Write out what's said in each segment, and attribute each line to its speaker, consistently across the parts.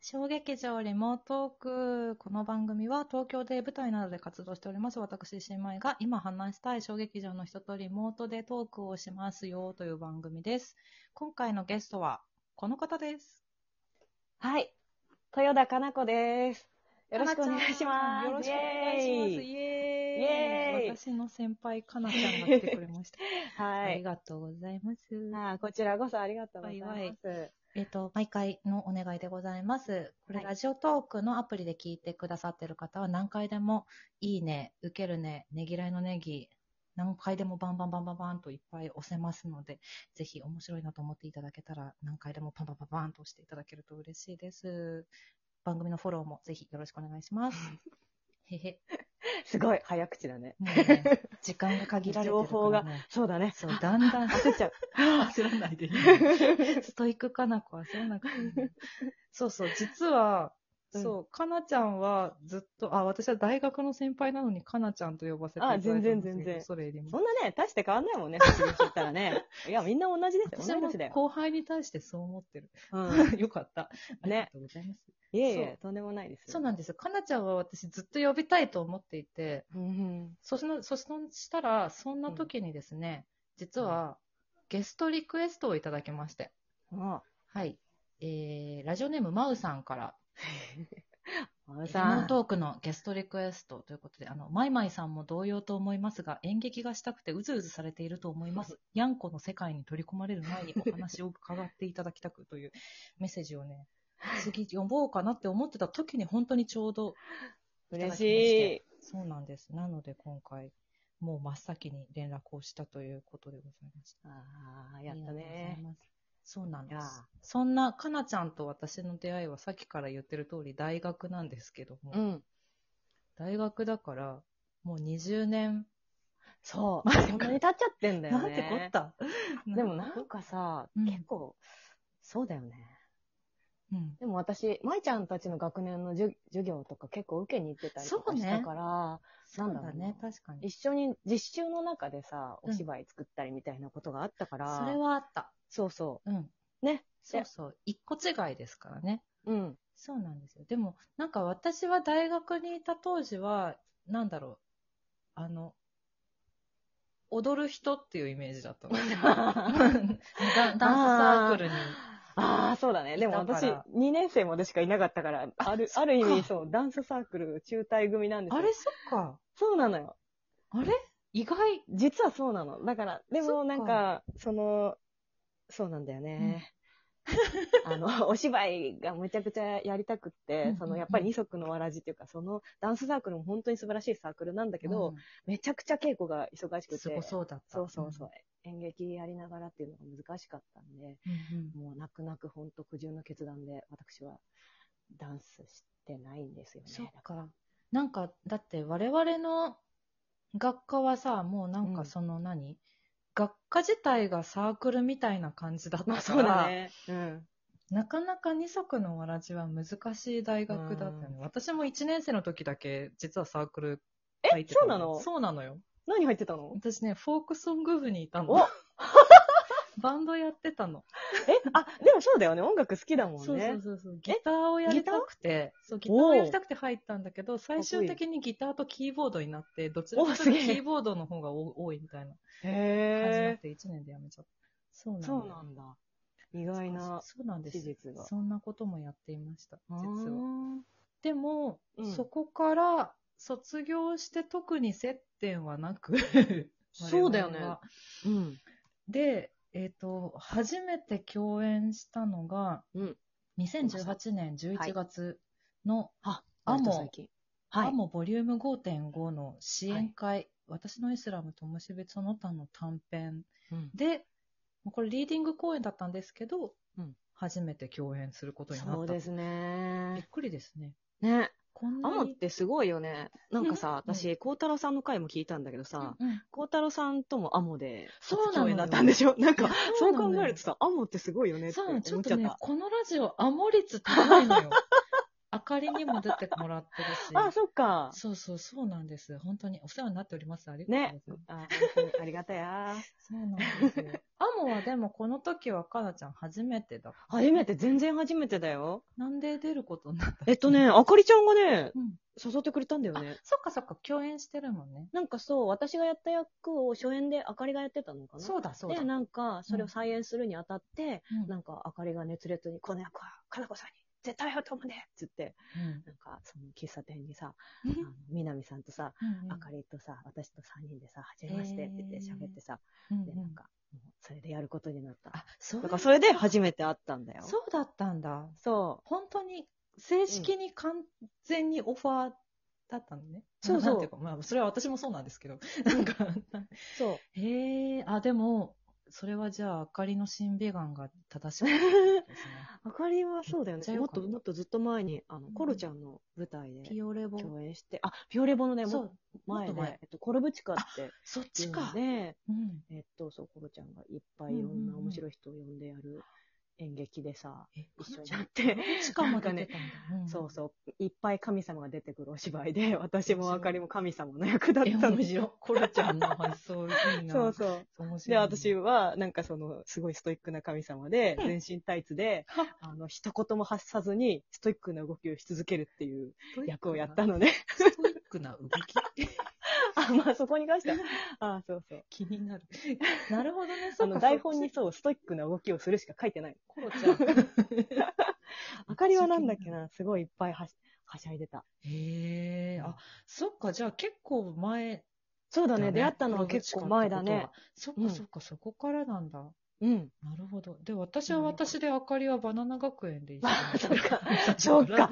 Speaker 1: 小劇場リモートーク。この番組は東京で舞台などで活動しております私姉妹が今話したい小劇場の人とリモートでトークをしますよという番組です。今回のゲストはこの方です。
Speaker 2: はい、豊田かな子です。よろしくお願いします。
Speaker 1: よろしくお願いします。イエーイ。
Speaker 2: イエーイ。
Speaker 1: 私の先輩かなちゃんが来てくれました。
Speaker 2: はい。
Speaker 1: ありがとうございます。
Speaker 2: こちらこそありがとうございます。
Speaker 1: わいわい毎回のお願いでございます。これ、
Speaker 2: はい、
Speaker 1: ラジオトークのアプリで聞いてくださっている方は何回でもいいね、受けるね、ねぎらいのネギ、何回でもバンバンバンバンバンといっぱい押せますので、ぜひ面白いなと思っていただけたら何回でもパンパンパンパンと押していただけると嬉しいです。番組のフォローもぜひよろしくお願いします。へへ。
Speaker 2: すごい早口だね。
Speaker 1: もうね、時間が限られてるから、ね、
Speaker 2: 情報が、そうだね。
Speaker 1: そう、だんだん
Speaker 2: 焦っちゃう。
Speaker 1: 焦らないでいい。ストイックかな子焦らなくていい。そうそう、実は、そう、かなちゃんはずっと、私は大学の先輩なのにかなちゃんと呼ばせていただいてますけど、
Speaker 2: 全然。
Speaker 1: それ入ります。
Speaker 2: そんなね、大して変わんないもんね、卒業してったらね。いや、みんな同じですよ。
Speaker 1: 私も後輩に対してそう思ってる。よかった。ありがとうございます。
Speaker 2: いえいえ、とんでもないです。
Speaker 1: そうなんですよ。かなちゃんは私ずっと呼びたいと思っていて、そしたら、そんな時にですね、実はゲストリクエストをいただきまして、はい。ラジオネームまうさんから、リモートークのゲストリクエストということで、まいまいさんも同様と思いますが、演劇がしたくてうずうずされていると思います。やんこの世界に取り込まれる前にお話を伺っていただきたくというメッセージをね、次読もうかなって思ってた時に本当にちょうどいただきまして。嬉しい。そうなんです。なので今回、もう真っ先に連絡をしたということでございました。
Speaker 2: やったね。
Speaker 1: そうなんです。そんなかなちゃんと私の出会いはさっきから言ってる通り大学なんですけども、大学だからもう20年。
Speaker 2: そう。そんなに経っちゃってんだよね。
Speaker 1: なんてこった。
Speaker 2: でもなんかさ、結構、そうだよね。でも私、舞ちゃんたちの学年の授業とか結構受けに行ってたりとかしたから、
Speaker 1: そうだね、確かに。
Speaker 2: 一緒に実習の中でさ、お芝居作ったりみたいなことがあったから。
Speaker 1: それはあった。
Speaker 2: そうそう。
Speaker 1: ね。そうそう。一個違いですからね。そうなんですよ。でも、なんか私は大学にいた当時は、なんだろう、踊る人っていうイメージだったの。ダンスサークルに。
Speaker 2: そうだね。でも私、2年生までしかいなかったから、ある意味、そう、ダンスサークル中退組なんですよ。
Speaker 1: あれ、そっか。
Speaker 2: そうなのよ。
Speaker 1: あれ意外。
Speaker 2: 実はそうなの。だから、でもなんか、そうなんだよね。お芝居がむちゃくちゃやりたくって、やっぱり二足のわらじっていうか、ダンスサークルも本当に素晴らしいサークルなんだけど、めちゃくちゃ稽古が忙しくて。
Speaker 1: すごそうだった。
Speaker 2: そう。演劇やりながらっていうのが難しかったんで、もう泣く泣く本当苦渋の決断で、私はダンスしてないんですよね。
Speaker 1: そっか。なんか、だって我々の学科はさ、もうなんか学科自体がサークルみたいな感じだったから、
Speaker 2: そうだね。
Speaker 1: なかなか二足のわらじは難しい大学だったよね。私も1年生の時だけ実はサークル入ってた。
Speaker 2: そうなの？
Speaker 1: そうなのよ。
Speaker 2: 何入ってたの？
Speaker 1: 私ね、フォークソング部にいたの。バンドやってたの。
Speaker 2: でもそうだよね。音楽好きだもんね。
Speaker 1: そう。ギターをやりたくて、ギターをやりたくて入ったんだけど、最終的にギターとキーボードになって、どちらかというとキーボードの方が多いみたいな感じになって1年でやめちゃった。そう
Speaker 2: なんだ。意外な事実が。
Speaker 1: そんなこともやっていました、実は。でも、そこから卒業して特に接点はなく
Speaker 2: そうだよね。
Speaker 1: で、初めて共演したのが、2018年11月のアモボリューム 5.5 の支援会、私のイスラムと結びその他の短編で、これリーディング公演だったんですけど、初めて共演することになった。
Speaker 2: そうですね。
Speaker 1: びっくりですね。
Speaker 2: ね。アモってすごいよね。なんかさ、私、孝太郎さんの回も聞いたんだけどさ、孝太郎さんともアモで共演だったんでしょ？なんか、そう考えるとさ、アモってすごいよねって思っちゃった。
Speaker 1: ちょっとね、このラジオ、アモ率高いのよ。 かりにも出てもらってるし。
Speaker 2: あ、そっか。
Speaker 1: そうなんです。本当にお世話になっております。ありがとうございます。
Speaker 2: ね。本当にありがたや。
Speaker 1: そうなんですよ。アモはでもこの時はかなちゃん初めてだった。
Speaker 2: 全然初めてだよ。
Speaker 1: なんで出ることになった
Speaker 2: あかりちゃんがね、
Speaker 1: うん。
Speaker 2: 誘ってくれたんだよね。
Speaker 1: そっか、共演してるもんね。
Speaker 2: なんかそう、私がやった役を初演であかりがやってたのかな。
Speaker 1: そうだ。
Speaker 2: で、なんか、それを再演するにあたって、なんか、あかりが熱烈に、この役は、かなこさんに絶対やと思うねっつって、なんか、その喫茶店にさ、みなみさんとさ、あかりとさ、私と3人でさ、はじめましてって言って喋ってさ、で、なんか、それでやることになった。
Speaker 1: あ、そう
Speaker 2: だからそれで初めて会ったんだよ。
Speaker 1: そうだったんだ。
Speaker 2: そう。
Speaker 1: 本当に、正式に完全にオファーだったのね。
Speaker 2: そう
Speaker 1: なんていうか、まあ、それは私もそうなんですけど。なんか、
Speaker 2: そう。
Speaker 1: へえ、でも、それはじゃあ、あかりの審美眼が正しくてですね。
Speaker 2: あかりはそうだよね。もっとずっと前に、コロちゃんの舞台で
Speaker 1: ピオレボ
Speaker 2: 共演して、ピオレボのね、
Speaker 1: そう
Speaker 2: 前
Speaker 1: もっと前
Speaker 2: で、コルブチカって、
Speaker 1: そっちか。
Speaker 2: で、
Speaker 1: うん
Speaker 2: そう、コロちゃんがいっぱいいろんな面白い人を呼んでやる演劇でさ、一緒になって、
Speaker 1: なんかね、
Speaker 2: そうそう、いっぱい神様が出てくるお芝居で、私もあかりも神様の役だったの。
Speaker 1: 面白い。コロちゃんの発想いいな。
Speaker 2: そうそう。で、私は、なんかすごいストイックな神様で、全身タイツで、一言も発さずに、ストイックな動きをし続けるっていう役をやったのね。
Speaker 1: ストイックな動き
Speaker 2: まあそこに関しては。そうそう。
Speaker 1: 気になる。なるほどね。
Speaker 2: 台本にそう、ストイックな動きをするしか書いてない。
Speaker 1: コロちゃん。
Speaker 2: あかりはなんだっけな、すごいいっぱいはしゃいでた。
Speaker 1: へえ、そっか、じゃあ結構前。
Speaker 2: そうだね、出会ったのは結構前だね。
Speaker 1: そっか、そこからなんだ。なるほど。で、私は私であかりはバナナ学園で一緒に。
Speaker 2: そうか。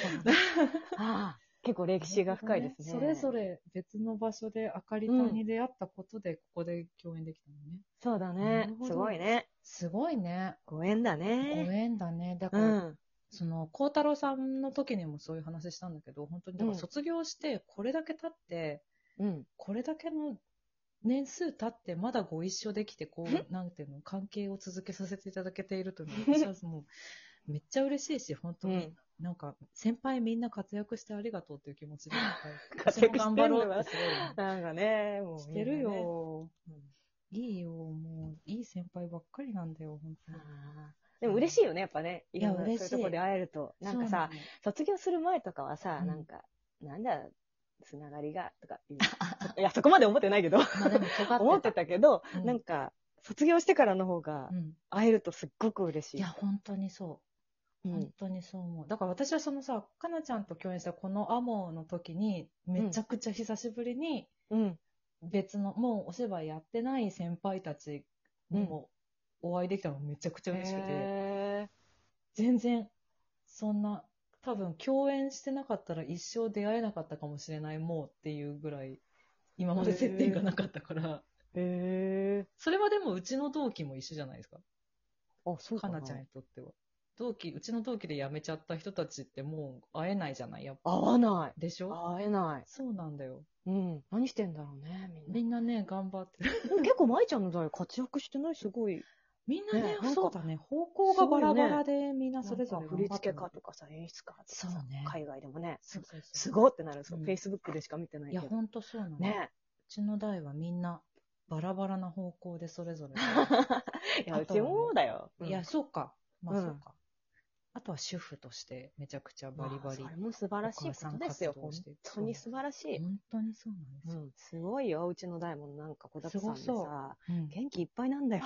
Speaker 2: 結構歴史が深いですね。
Speaker 1: それぞれ別の場所であかりさんに出会ったことで、ここで共演できたのね。
Speaker 2: そうだね。すごいね。
Speaker 1: すごいね。
Speaker 2: ご縁だね。
Speaker 1: ご縁だね。だから、孝太郎さんの時にもそういう話したんだけど、本当に、だから卒業して、これだけ経って、これだけの年数経って、まだご一緒できて、なんていうの、関係を続けさせていただけているというのは、私はもう、めっちゃ嬉しいし、本当に。なんか、先輩みんな活躍してありがとうっていう気持ちで、
Speaker 2: 活躍
Speaker 1: 頑張ろうってすごい。
Speaker 2: なんかね、もう。
Speaker 1: してるよ。いいよ、もう、いい先輩ばっかりなんだよ、本当に。
Speaker 2: でも嬉しいよね、やっぱね。
Speaker 1: いや、嬉しい。
Speaker 2: そういうとこで会えると。なんかさ、卒業する前とかはさ、なんか、なんだ、つながりが、とか言う。いや、そこまで思ってないけど。思ってたけど、なんか、卒業してからの方が、会えるとすっごく嬉しい。
Speaker 1: いや、本当にそう。本当にそう思う。だから私はかなちゃんと共演したこのアモの時に、めちゃくちゃ久しぶりに、別の、もうお芝居やってない先輩たちにもお会いできたのめちゃくちゃ嬉しくて、全然、そんな、多分共演してなかったら一生出会えなかったかもしれないもうっていうぐらい、今まで接点がなかったから、それはでもうちの同期も一緒じゃないですか。かなちゃんにとっては。うちの同期で辞めちゃった人たちってもう会えないじゃない、やっぱ。
Speaker 2: 会わない。
Speaker 1: でしょ？
Speaker 2: 会えない。
Speaker 1: そうなんだよ。
Speaker 2: 何してんだろうね、
Speaker 1: みんなね、頑張ってる。
Speaker 2: 結構舞ちゃんの代活躍してない？すごい。
Speaker 1: みんなね、そうだね、方向がバラバラで、みんなそれぞれ
Speaker 2: 振り付け家とかさ、演出家とかさ、海外でもね、すごいってなる。Facebook でしか見てないけど。
Speaker 1: いや、ほんとそうなの。
Speaker 2: ね。
Speaker 1: うちの代はみんなバラバラな方向でそれぞれ。
Speaker 2: いや、うちもだよ。
Speaker 1: いや、そうか。まあ、そうか。あとは主婦としてめちゃくちゃバリバリ。
Speaker 2: それも素晴らしいことですよ。本当に素晴らしい。
Speaker 1: 本当にそうなんです
Speaker 2: よ。すごいよ、うちの代もなんか小田さんでさ、元気いっぱいなんだよ。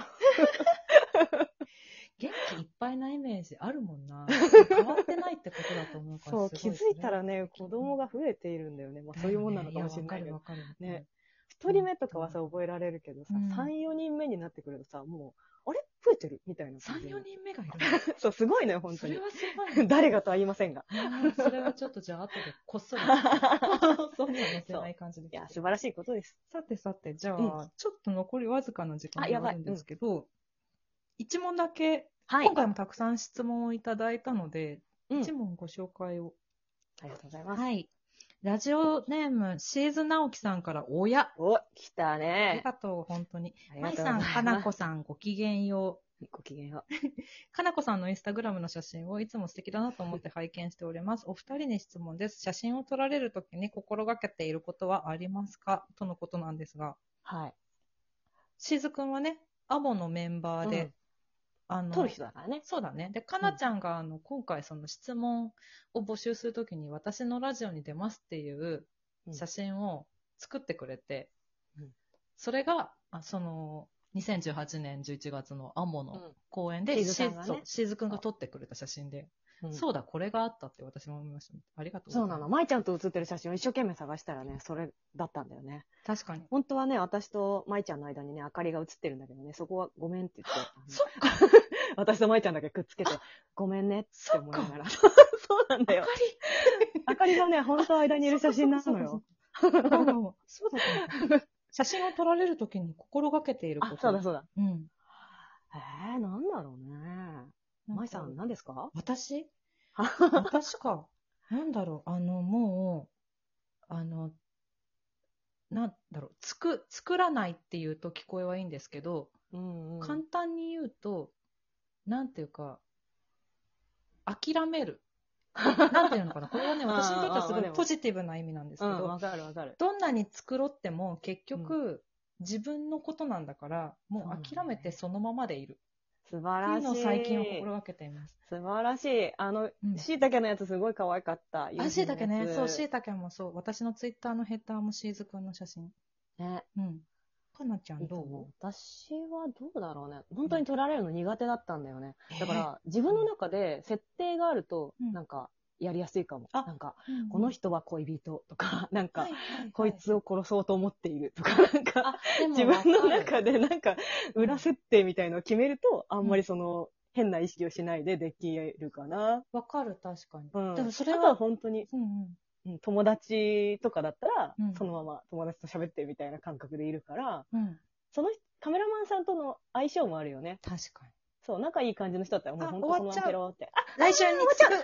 Speaker 1: 元気いっぱいなイメージあるもんな。変わってないってことだと思うから。
Speaker 2: そう、気づいたらね、子供が増えているんだよね。まあそういうもんなのかもしれないけど。
Speaker 1: わかる。
Speaker 2: ね。一人目とかはさ、覚えられるけどさ、3、4人目になってくるとさ、もう、あれ増えてるみたいな。
Speaker 1: 3、4人目がいる。
Speaker 2: そう、すごいのよ、本当に。
Speaker 1: それはすごい。
Speaker 2: 誰がとは言いませんが。
Speaker 1: それはちょっとじゃあ後でこっそり。そうには載せない感じです。
Speaker 2: いや、素晴らしいことです。
Speaker 1: さて、じゃあ、ちょっと残りわずかな時間があるんですけど、一問だけ、今回もたくさん質問をいただいたので、一問ご紹介を。
Speaker 2: ありがとうございます。
Speaker 1: はい。ラジオネーム、シーズ直樹さんから、
Speaker 2: 来たね。
Speaker 1: ありがとう、本当に。まいさん、かなこさん、ごきげんよ
Speaker 2: ごきげんよ
Speaker 1: かなこさんのインスタグラムの写真をいつも素敵だなと思って拝見しております。お二人に質問です。写真を撮られるときに心がけていることはありますかとのことなんですが。
Speaker 2: う。はい。
Speaker 1: しずくんはね、アボのメンバーで、
Speaker 2: 撮る人だからね。
Speaker 1: そうだね。で、かなちゃんが今回その質問を募集するときに私のラジオに出ますっていう写真を作ってくれて、それが、2018年11月のアモの公演で、しずくんが撮ってくれた写真で、そうだ、これがあったって私も思いました。ありがとうございます。
Speaker 2: そうなの。舞ちゃんと写ってる写真を一生懸命探したらね、それだったんだよね。
Speaker 1: 確かに。
Speaker 2: 本当はね、私と舞ちゃんの間にね、あかりが写ってるんだけどね、そこはごめんって言って。
Speaker 1: そっか。
Speaker 2: 私と舞ちゃんだけくっつけて、ごめんねって思いながら。そうなんだよ。あかりがね、本当は間にいる写真なのよ。
Speaker 1: そうだった。写真を撮られるときに心がけていること。
Speaker 2: そうだそうだ。
Speaker 1: うん。
Speaker 2: なんだろうね。舞さん、何ですか？
Speaker 1: 私か。なんだろう。もう、なんだろう。作らないっていうと聞こえはいいんですけど、簡単に言うと、なんていうか、諦める。なんていうのかな。これはね、私にとってはすごいポジティブな意味なんですけど、
Speaker 2: わかるわかる。
Speaker 1: どんなに作っても結局、自分のことなんだから、もう諦めてそのままでいる。
Speaker 2: 素晴らしい。
Speaker 1: っていうのを最近は心がけています。
Speaker 2: 素晴らしい。椎茸のやつすごい可愛かった。
Speaker 1: 椎茸ね。そう、椎茸もそう。私のツイッターのヘッダーもしずくんの写真。
Speaker 2: ね。
Speaker 1: うん。かなちゃんどう？
Speaker 2: 私はどうだろうね。本当に撮られるの苦手だったんだよね。だから、自分の中で設定があると、なんか、やりやすいかも。なんか、この人は恋人とか、なんか、こいつを殺そうと思っているとか、なんか、自分の中でなんか、裏設定みたいのを決めると、あんまり変な意識をしないでできるかな。
Speaker 1: わかる、確かに。
Speaker 2: でもそれは本当に、友達とかだったら、そのまま友達と喋ってみたいな感覚でいるから、そのカメラマンさんとの相性もあるよね。
Speaker 1: 確かに。
Speaker 2: そう、仲いい感じの人だったら、もう本当そのままペロって。
Speaker 1: 来週に続く